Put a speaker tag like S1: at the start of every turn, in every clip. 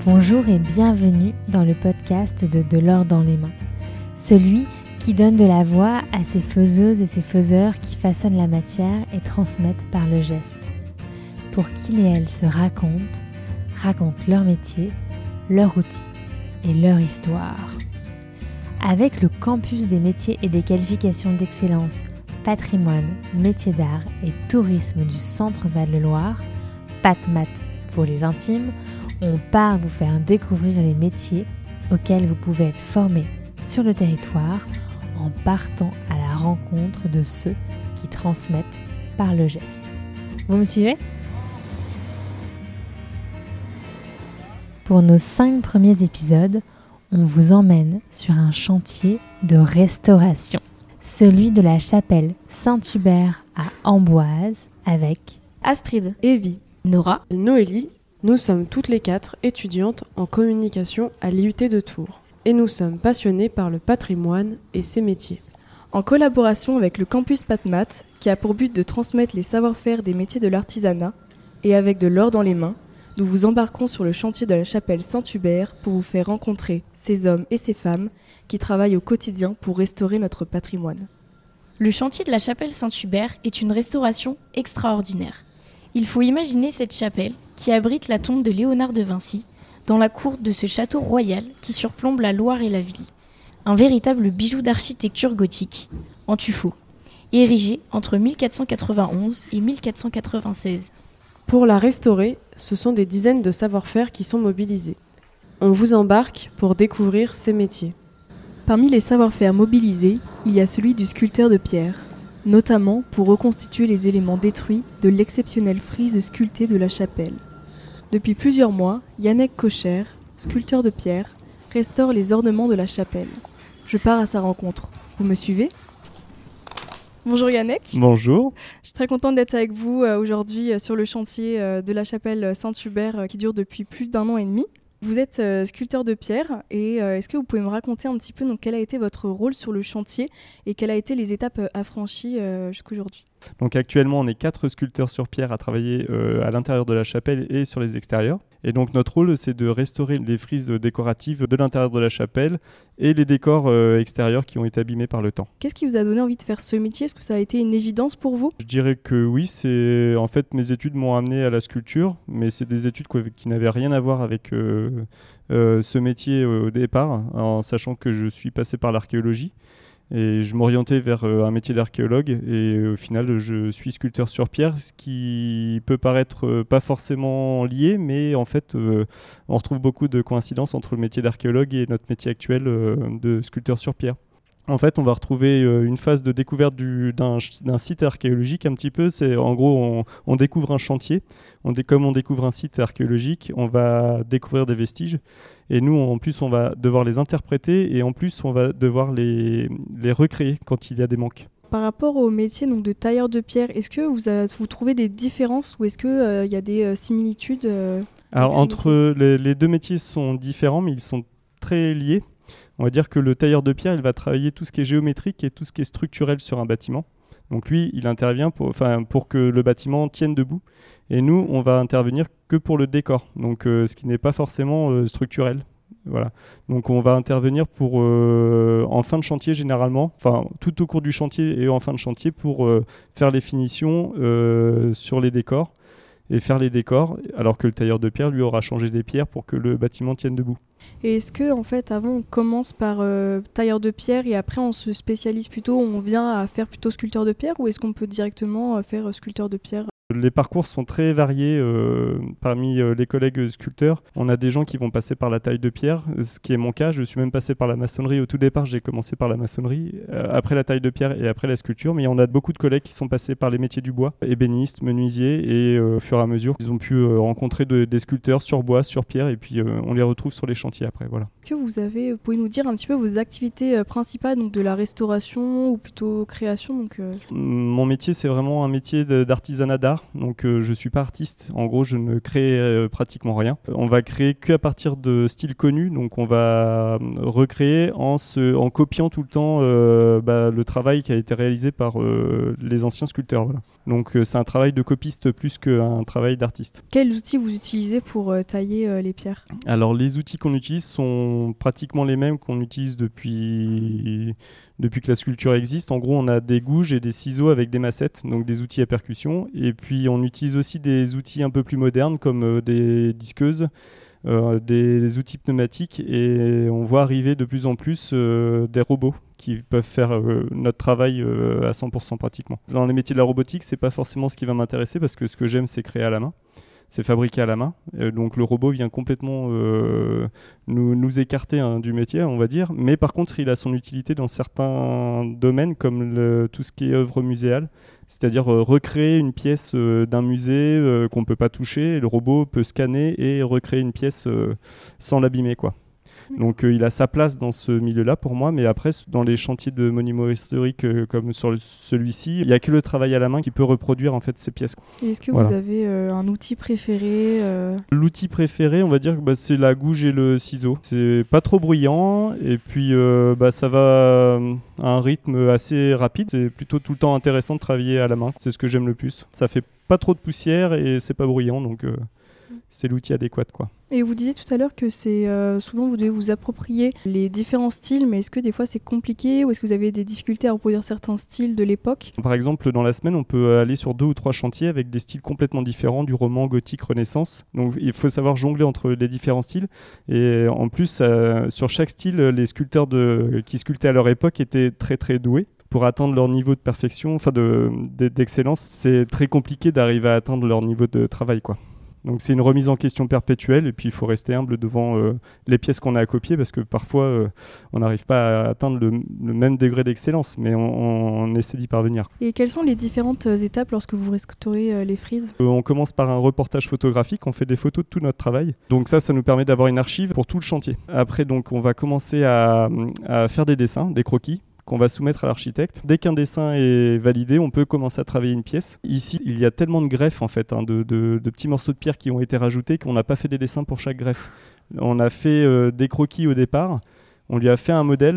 S1: Bonjour et bienvenue dans le podcast de l'or dans les mains. Celui qui donne de la voix à ces faiseuses et ces faiseurs qui façonnent la matière et transmettent par le geste. Pour qu'ils et elles se racontent leur métier, leur outil et leur histoire. Avec le campus des métiers et des qualifications d'excellence, patrimoine, métiers d'art et tourisme du Centre Val-de-Loire, PatMat pour les intimes, on part vous faire découvrir les métiers auxquels vous pouvez être formés sur le territoire en partant à la rencontre de ceux qui transmettent par le geste. Vous me suivez ? Pour nos 5 premiers épisodes, on vous emmène sur un chantier de restauration, celui de la chapelle Saint-Hubert à Amboise avec
S2: Astrid,
S3: Evie,
S2: Nora,
S3: Noélie. Nous sommes toutes les 4 étudiantes en communication à l'IUT de Tours et nous sommes passionnées par le patrimoine et ses métiers.
S2: En collaboration avec le campus PatMat, qui a pour but de transmettre les savoir-faire des métiers de l'artisanat, et avec de l'or dans les mains, nous vous embarquerons sur le chantier de la chapelle Saint-Hubert pour vous faire rencontrer ces hommes et ces femmes qui travaillent au quotidien pour restaurer notre patrimoine.
S4: Le chantier de la chapelle Saint-Hubert est une restauration extraordinaire. Il faut imaginer cette chapelle qui abrite la tombe de Léonard de Vinci dans la cour de ce château royal qui surplombe la Loire et la ville. Un véritable bijou d'architecture gothique, en tuffeau, érigé entre 1491 et 1496.
S3: Pour la restaurer, ce sont des dizaines de savoir-faire qui sont mobilisés. On vous embarque pour découvrir ces métiers.
S2: Parmi les savoir-faire mobilisés, il y a celui du sculpteur de pierre, notamment pour reconstituer les éléments détruits de l'exceptionnelle frise sculptée de la chapelle. Depuis plusieurs mois, Yannick Kocher, sculpteur de pierre, restaure les ornements de la chapelle. Je pars à sa rencontre. Vous me suivez ? Bonjour Yannick.
S5: Bonjour.
S2: Je suis très contente d'être avec vous aujourd'hui sur le chantier de la chapelle Saint-Hubert qui dure depuis plus d'1 an et demi. Vous êtes sculpteur de pierre et est-ce que vous pouvez me raconter un petit peu quel a été votre rôle sur le chantier et quelles ont été les étapes affranchies jusqu'aujourd'hui ?
S5: Donc actuellement, on est 4 sculpteurs sur pierre à travailler à l'intérieur de la chapelle et sur les extérieurs. Et donc notre rôle, c'est de restaurer les frises décoratives de l'intérieur de la chapelle et les décors extérieurs qui ont été abîmés par le temps.
S2: Qu'est-ce qui vous a donné envie de faire ce métier ? Est-ce que ça a été une évidence pour vous ?
S5: Je dirais que oui, en fait mes études m'ont amené à la sculpture, mais c'est des études qui n'avaient rien à voir avec ce métier au départ, en sachant que je suis passé par l'archéologie. Et je m'orientais vers un métier d'archéologue et au final je suis sculpteur sur pierre, ce qui peut paraître pas forcément lié, mais en fait on retrouve beaucoup de coïncidences entre le métier d'archéologue et notre métier actuel de sculpteur sur pierre. En fait, on va retrouver une phase de découverte d'un site archéologique un petit peu. C'est en gros, on découvre un chantier. Comme on découvre un site archéologique, on va découvrir des vestiges. Et nous, en plus, on va devoir les interpréter et en plus, on va devoir les recréer quand il y a des manques.
S2: Par rapport au métier de tailleur de pierre, est-ce que vous trouvez des différences ou est-ce qu'il y a des similitudes
S5: Alors, entre les deux métiers sont différents, mais ils sont très liés. On va dire que le tailleur de pierre, il va travailler tout ce qui est géométrique et tout ce qui est structurel sur un bâtiment. Donc lui, il intervient pour que le bâtiment tienne debout. Et nous, on va intervenir que pour le décor, donc ce qui n'est pas forcément structurel. Voilà. Donc on va intervenir en fin de chantier généralement, tout au cours du chantier et en fin de chantier pour faire les finitions sur les décors et faire les décors, alors que le tailleur de pierre, lui, aura changé des pierres pour que le bâtiment tienne debout.
S2: Et est-ce que, en fait, avant, on commence par tailleur de pierre et après, on se spécialise plutôt, on vient à faire plutôt sculpteur de pierre ou est-ce qu'on peut directement faire sculpteur de pierre ?
S5: Les parcours sont très variés parmi les collègues sculpteurs. On a des gens qui vont passer par la taille de pierre, ce qui est mon cas. Je suis même passé par la maçonnerie. Au tout départ, j'ai commencé par la maçonnerie, après la taille de pierre et après la sculpture. Mais on a beaucoup de collègues qui sont passés par les métiers du bois, ébénistes, menuisiers, et au fur et à mesure, ils ont pu rencontrer des sculpteurs sur bois, sur pierre, et puis on les retrouve sur les chantiers après. Voilà.
S2: Est-ce que vous pouvez nous dire un petit peu vos activités principales, donc de la restauration ou plutôt création ?
S5: Mon métier, c'est vraiment un métier d'artisanat d'art. d'art, donc je suis pas artiste. En gros, je ne crée pratiquement rien. On va créer qu'à partir de styles connus, donc on va recréer en copiant tout le temps le travail qui a été réalisé par les anciens sculpteurs. Voilà. Donc c'est un travail de copiste plus qu'un travail d'artiste.
S2: Quels outils vous utilisez pour tailler les pierres ?
S5: Alors les outils qu'on utilise sont pratiquement les mêmes qu'on utilise depuis que la sculpture existe. En gros, on a des gouges et des ciseaux avec des massettes, donc des outils à percussion. Et puis on utilise aussi des outils un peu plus modernes comme des disqueuses, des outils pneumatiques, et on voit arriver de plus en plus des robots qui peuvent faire notre travail à 100% pratiquement. Dans les métiers de la robotique, c'est pas forcément ce qui va m'intéresser parce que ce que j'aime, c'est créer à la main. C'est fabriqué à la main. Donc le robot vient complètement nous écarter du métier, on va dire. Mais par contre, il a son utilité dans certains domaines comme tout ce qui est œuvre muséale. C'est-à-dire recréer une pièce d'un musée qu'on ne peut pas toucher. Et le robot peut scanner et recréer une pièce sans l'abîmer, quoi. Donc il a sa place dans ce milieu-là pour moi, mais après dans les chantiers de monuments historiques comme sur celui-ci, il n'y a que le travail à la main qui peut reproduire en fait ces pièces.
S2: Et est-ce que vous avez un outil préféré
S5: L'outil préféré, on va dire que c'est la gouge et le ciseau. C'est pas trop bruyant et puis ça va à un rythme assez rapide. C'est plutôt tout le temps intéressant de travailler à la main. C'est ce que j'aime le plus. Ça fait pas trop de poussière et c'est pas bruyant, donc c'est l'outil adéquat, quoi.
S2: Et vous disiez tout à l'heure que c'est souvent vous devez vous approprier les différents styles, mais est-ce que des fois c'est compliqué ou est-ce que vous avez des difficultés à reproduire certains styles de l'époque ?
S5: Par exemple, dans la semaine, on peut aller sur 2 ou 3 chantiers avec des styles complètement différents, du roman, gothique, renaissance. Donc il faut savoir jongler entre les différents styles. Et en plus, sur chaque style, les sculpteurs qui sculptaient à leur époque étaient très très doués. Pour atteindre leur niveau de perfection, d'excellence, c'est très compliqué d'arriver à atteindre leur niveau de travail, quoi. Donc c'est une remise en question perpétuelle et puis il faut rester humble devant les pièces qu'on a à copier parce que parfois on n'arrive pas à atteindre le même degré d'excellence, mais on essaie d'y parvenir.
S2: Et quelles sont les différentes étapes lorsque vous restaurez les frises ?
S5: On commence par un reportage photographique, on fait des photos de tout notre travail. Donc ça nous permet d'avoir une archive pour tout le chantier. Après donc on va commencer à faire des dessins, des croquis, qu'on va soumettre à l'architecte. Dès qu'un dessin est validé, on peut commencer à travailler une pièce. Ici, il y a tellement de greffes en fait, de petits morceaux de pierre qui ont été rajoutés qu'on n'a pas fait des dessins pour chaque greffe. On a fait des croquis au départ. On lui a fait un modèle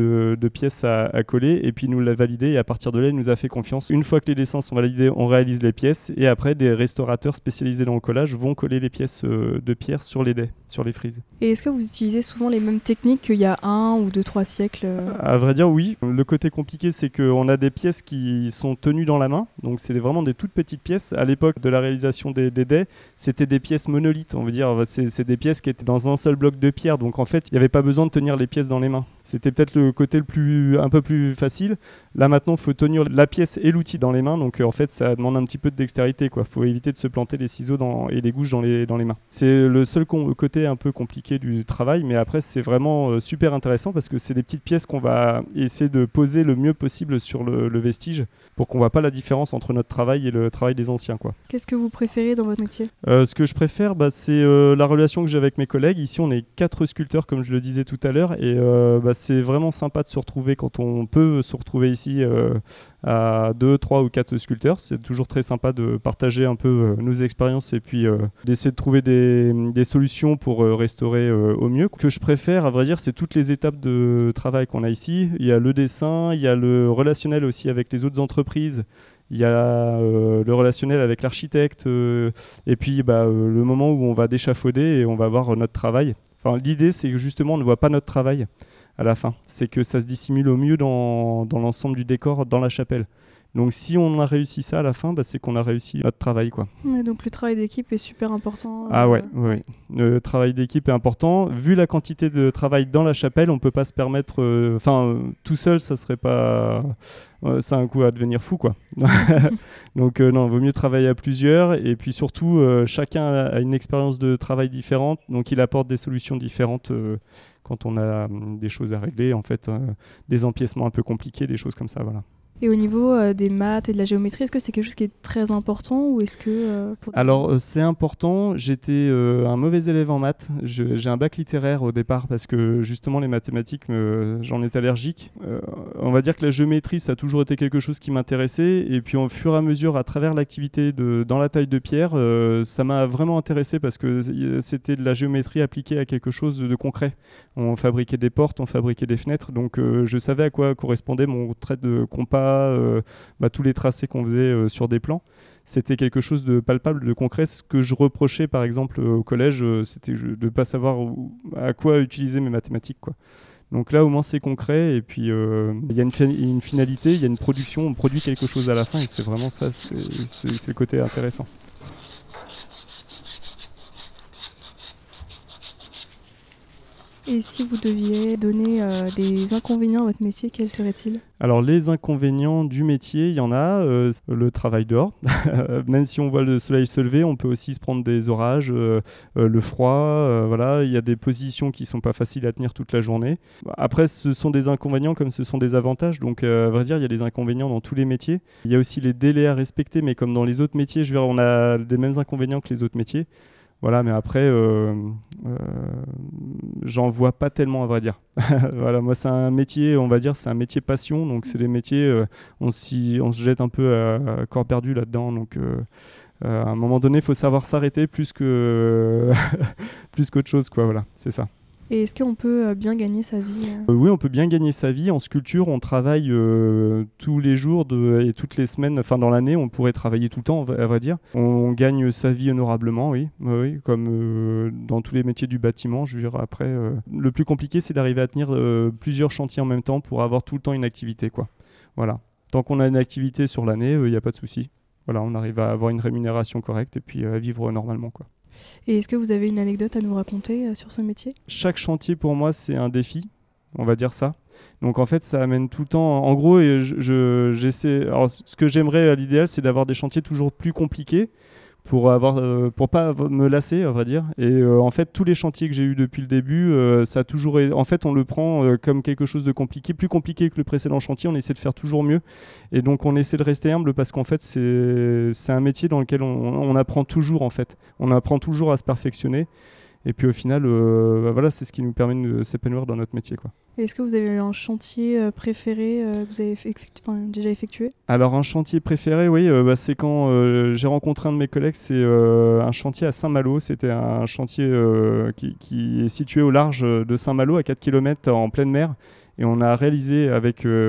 S5: de pièces à coller et puis il nous l'a validé et à partir de là, il nous a fait confiance. Une fois que les dessins sont validés, on réalise les pièces et après, des restaurateurs spécialisés dans le collage vont coller les pièces de pierre sur les dés, sur les frises.
S2: Et est-ce que vous utilisez souvent les mêmes techniques qu'il y a 1 ou 2, 3 siècles ?
S5: À vrai dire, oui. Le côté compliqué, c'est qu'on a des pièces qui sont tenues dans la main. Donc, c'est vraiment des toutes petites pièces. À l'époque de la réalisation des dés, c'était des pièces monolithes. On veut dire, c'est des pièces qui étaient dans un seul bloc de pierre. Donc, en fait, il n'y avait pas besoin de tenir les pièces dans les mains. C'était peut-être le côté un peu plus facile. Là maintenant, il faut tenir la pièce et l'outil dans les mains. Donc en fait, ça demande un petit peu de dextérité, quoi. Faut éviter de se planter les ciseaux et les gouges dans les mains. C'est le seul côté un peu compliqué du travail. Mais après, c'est vraiment super intéressant parce que c'est des petites pièces qu'on va essayer de poser le mieux possible sur le vestige pour qu'on ne voit pas la différence entre notre travail et le travail des anciens, quoi.
S2: Qu'est-ce que vous préférez dans votre métier ?
S5: Ce que je préfère, c'est la relation que j'ai avec mes collègues. Ici, on est 4 sculpteurs, comme je le disais tout à l'heure. Et c'est vraiment sympa de se retrouver quand on peut se retrouver ici à 2, 3 ou 4 sculpteurs. C'est toujours très sympa de partager un peu nos expériences et puis d'essayer de trouver des solutions pour restaurer au mieux. Ce que je préfère, à vrai dire, c'est toutes les étapes de travail qu'on a ici. Il y a le dessin, il y a le relationnel aussi avec les autres entreprises. Il y a le relationnel avec l'architecte et puis le moment où on va d'échafauder et on va voir notre travail. Enfin, l'idée, c'est que justement, on ne voit pas notre travail à la fin. C'est que ça se dissimule au mieux dans l'ensemble du décor, dans la chapelle. Donc si on a réussi ça à la fin, c'est qu'on a réussi notre travail, quoi.
S2: Ouais, donc le travail d'équipe est super important.
S5: Ah ouais. Le travail d'équipe est important. Vu la quantité de travail dans la chapelle, on peut pas se permettre... tout seul, ça serait pas... c'est un coup à devenir fou, quoi. Donc non, vaut mieux travailler à plusieurs. Et puis surtout, chacun a une expérience de travail différente. Donc il apporte des solutions différentes quand on a des choses à régler, en fait, des empiècements un peu compliqués, des choses comme ça, voilà.
S2: Et au niveau des maths et de la géométrie, est-ce que c'est quelque chose qui est très important ou est-ce que...
S5: Alors, c'est important. J'étais un mauvais élève en maths. J'ai un bac littéraire au départ parce que justement les mathématiques, j'en étais allergique. On va dire que la géométrie, ça a toujours été quelque chose qui m'intéressait. Et puis au fur et à mesure, à travers l'activité dans la taille de pierre, ça m'a vraiment intéressé parce que c'était de la géométrie appliquée à quelque chose de concret. On fabriquait des portes, on fabriquait des fenêtres. Donc je savais à quoi correspondait mon trait de compas, tous les tracés qu'on faisait sur des plans. C'était quelque chose de palpable, de concret. Ce que je reprochais par exemple au collège, c'était de ne pas savoir à quoi utiliser mes mathématiques, quoi. Donc là au moins c'est concret et puis il y a une finalité, il y a une production, on produit quelque chose à la fin et c'est vraiment ça, c'est le côté intéressant.
S2: Et si vous deviez donner des inconvénients à votre métier, quels seraient-ils ?
S5: Alors les inconvénients du métier, il y en a, le travail dehors. Même si on voit le soleil se lever, on peut aussi se prendre des orages, le froid, voilà. Il y a des positions qui ne sont pas faciles à tenir toute la journée. Après, ce sont des inconvénients comme ce sont des avantages. Donc à vrai dire, il y a des inconvénients dans tous les métiers. Il y a aussi les délais à respecter, mais comme dans les autres métiers, je veux dire, on a les mêmes inconvénients que les autres métiers. Voilà, mais après, j'en vois pas tellement à vrai dire. Voilà, moi c'est un métier, on va dire, c'est un métier passion, donc c'est des métiers, on se jette un peu à corps perdu là-dedans, donc à un moment donné, il faut savoir s'arrêter plus qu'autre chose, quoi. Voilà, c'est ça.
S2: Et est-ce qu'on peut bien gagner sa vie
S5: Oui, on peut bien gagner sa vie. En sculpture, on travaille tous les jours et toutes les semaines. Enfin, dans l'année, on pourrait travailler tout le temps, à vrai dire. On gagne sa vie honorablement, oui, comme dans tous les métiers du bâtiment. Je veux dire, après, le plus compliqué, c'est d'arriver à tenir plusieurs chantiers en même temps pour avoir tout le temps une activité, quoi. Voilà. Tant qu'on a une activité sur l'année, il n'y a pas de souci. Voilà, on arrive à avoir une rémunération correcte et puis à vivre normalement, quoi.
S2: Et est-ce que vous avez une anecdote à nous raconter sur ce métier ?
S5: Chaque chantier, pour moi, c'est un défi, on va dire ça. Donc en fait, ça amène tout le temps... En gros, j'essaie... Alors, ce que j'aimerais à l'idéal, c'est d'avoir des chantiers toujours plus compliqués pour pas me lasser, on va dire. Et en fait, tous les chantiers que j'ai eus depuis le début, ça a toujours... En fait, on le prend comme quelque chose de compliqué, plus compliqué que le précédent chantier. On essaie de faire toujours mieux. Et donc, on essaie de rester humble parce qu'en fait, c'est un métier dans lequel on apprend toujours, en fait. On apprend toujours à se perfectionner. Et puis au final, voilà, c'est ce qui nous permet de s'épanouir dans notre métier, quoi.
S2: Et est-ce que vous avez un chantier préféré que vous avez déjà effectué ?
S5: Alors un chantier préféré, oui, c'est quand j'ai rencontré un de mes collègues, c'est un chantier à Saint-Malo. C'était un chantier qui est situé au large de Saint-Malo, à 4 km en pleine mer. Et on a réalisé avec un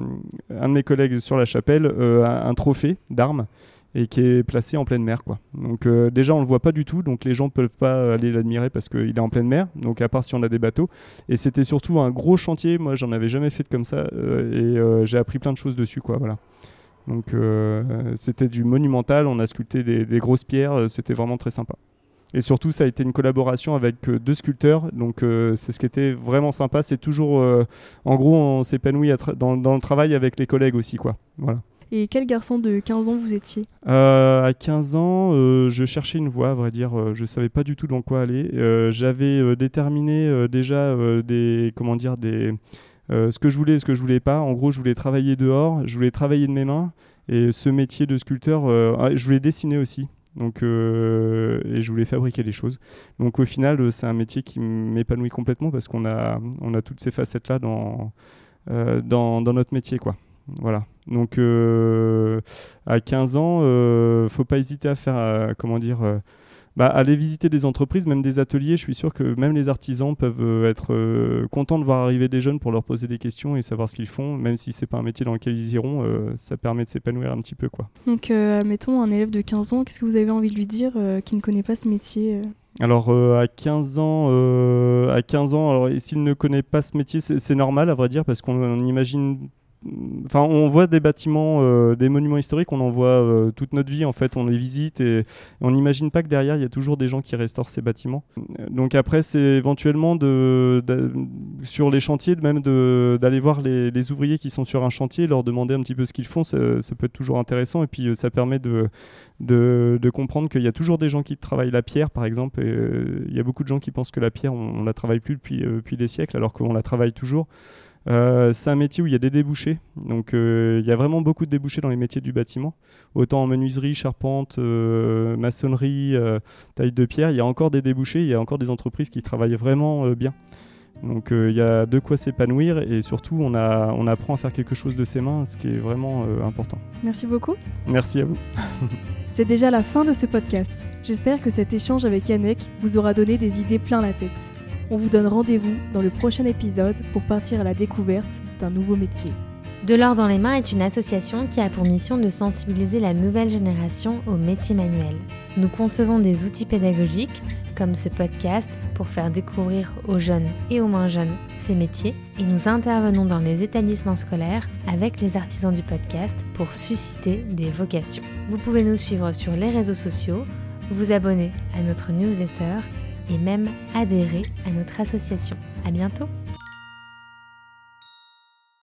S5: de mes collègues sur la chapelle un trophée d'armes et qui est placé en pleine mer, quoi. Donc déjà on le voit pas du tout, donc les gens peuvent pas aller l'admirer parce qu'il est en pleine mer, donc à part si on a des bateaux. Et c'était surtout un gros chantier, moi j'en avais jamais fait comme ça et j'ai appris plein de choses dessus, quoi. Voilà. Donc c'était du monumental, on a sculpté des grosses pierres, c'était vraiment très sympa. Et surtout ça a été une collaboration avec 2 sculpteurs, donc c'est ce qui était vraiment sympa. C'est toujours, en gros on s'épanouit dans le travail avec les collègues aussi, quoi. Voilà.
S2: Et quel garçon de 15 ans vous étiez ?
S5: À 15 ans, je cherchais une voie, à vrai dire. Je ne savais pas du tout dans quoi aller. J'avais déterminé déjà ce que je voulais et ce que je ne voulais pas. En gros, je voulais travailler dehors, je voulais travailler de mes mains. Et ce métier de sculpteur, je voulais dessiner aussi. Donc, et je voulais fabriquer des choses. Donc au final, c'est un métier qui m'épanouit complètement parce qu'on a toutes ces facettes-là dans notre métier, quoi. Voilà. Donc à 15 ans, faut pas hésiter à faire aller visiter des entreprises, même des ateliers. Je suis sûr que même les artisans peuvent être contents de voir arriver des jeunes pour leur poser des questions et savoir ce qu'ils font, même si c'est pas un métier dans lequel ils iront, ça permet de s'épanouir un petit peu, quoi.
S2: Donc mettons un élève de 15 ans, qu'est-ce que vous avez envie de lui dire qui ne connaît pas ce métier
S5: Alors à 15 ans, alors s'il ne connaît pas ce métier, c'est normal à vrai dire parce qu'on imagine. Enfin, on voit des bâtiments, des monuments historiques, on en voit toute notre vie, en fait, on les visite et on n'imagine pas que derrière, il y a toujours des gens qui restaurent ces bâtiments. Donc après, c'est éventuellement sur les chantiers, même d'aller voir les ouvriers qui sont sur un chantier, leur demander un petit peu ce qu'ils font, ça peut être toujours intéressant et puis ça permet de comprendre qu'il y a toujours des gens qui travaillent la pierre, par exemple, et il y a beaucoup de gens qui pensent que la pierre, on la travaille plus depuis des siècles, alors qu'on la travaille toujours. C'est un métier où il y a des débouchés. Donc il y a vraiment beaucoup de débouchés dans les métiers du bâtiment. Autant en menuiserie, charpente, maçonnerie, taille de pierre, il y a encore des débouchés, il y a encore des entreprises qui travaillent vraiment bien. Donc il y a de quoi s'épanouir et surtout on apprend à faire quelque chose de ses mains, ce qui est vraiment important.
S2: Merci beaucoup.
S5: Merci à vous.
S2: C'est déjà la fin de ce podcast. J'espère que cet échange avec Yannick vous aura donné des idées plein la tête. On vous donne rendez-vous dans le prochain épisode pour partir à la découverte d'un nouveau métier.
S1: De l'or dans les mains est une association qui a pour mission de sensibiliser la nouvelle génération aux métiers manuels. Nous concevons des outils pédagogiques, comme ce podcast, pour faire découvrir aux jeunes et aux moins jeunes ces métiers, et nous intervenons dans les établissements scolaires avec les artisans du podcast pour susciter des vocations. Vous pouvez nous suivre sur les réseaux sociaux, vous abonner à notre newsletter et même adhérer à notre association. À bientôt!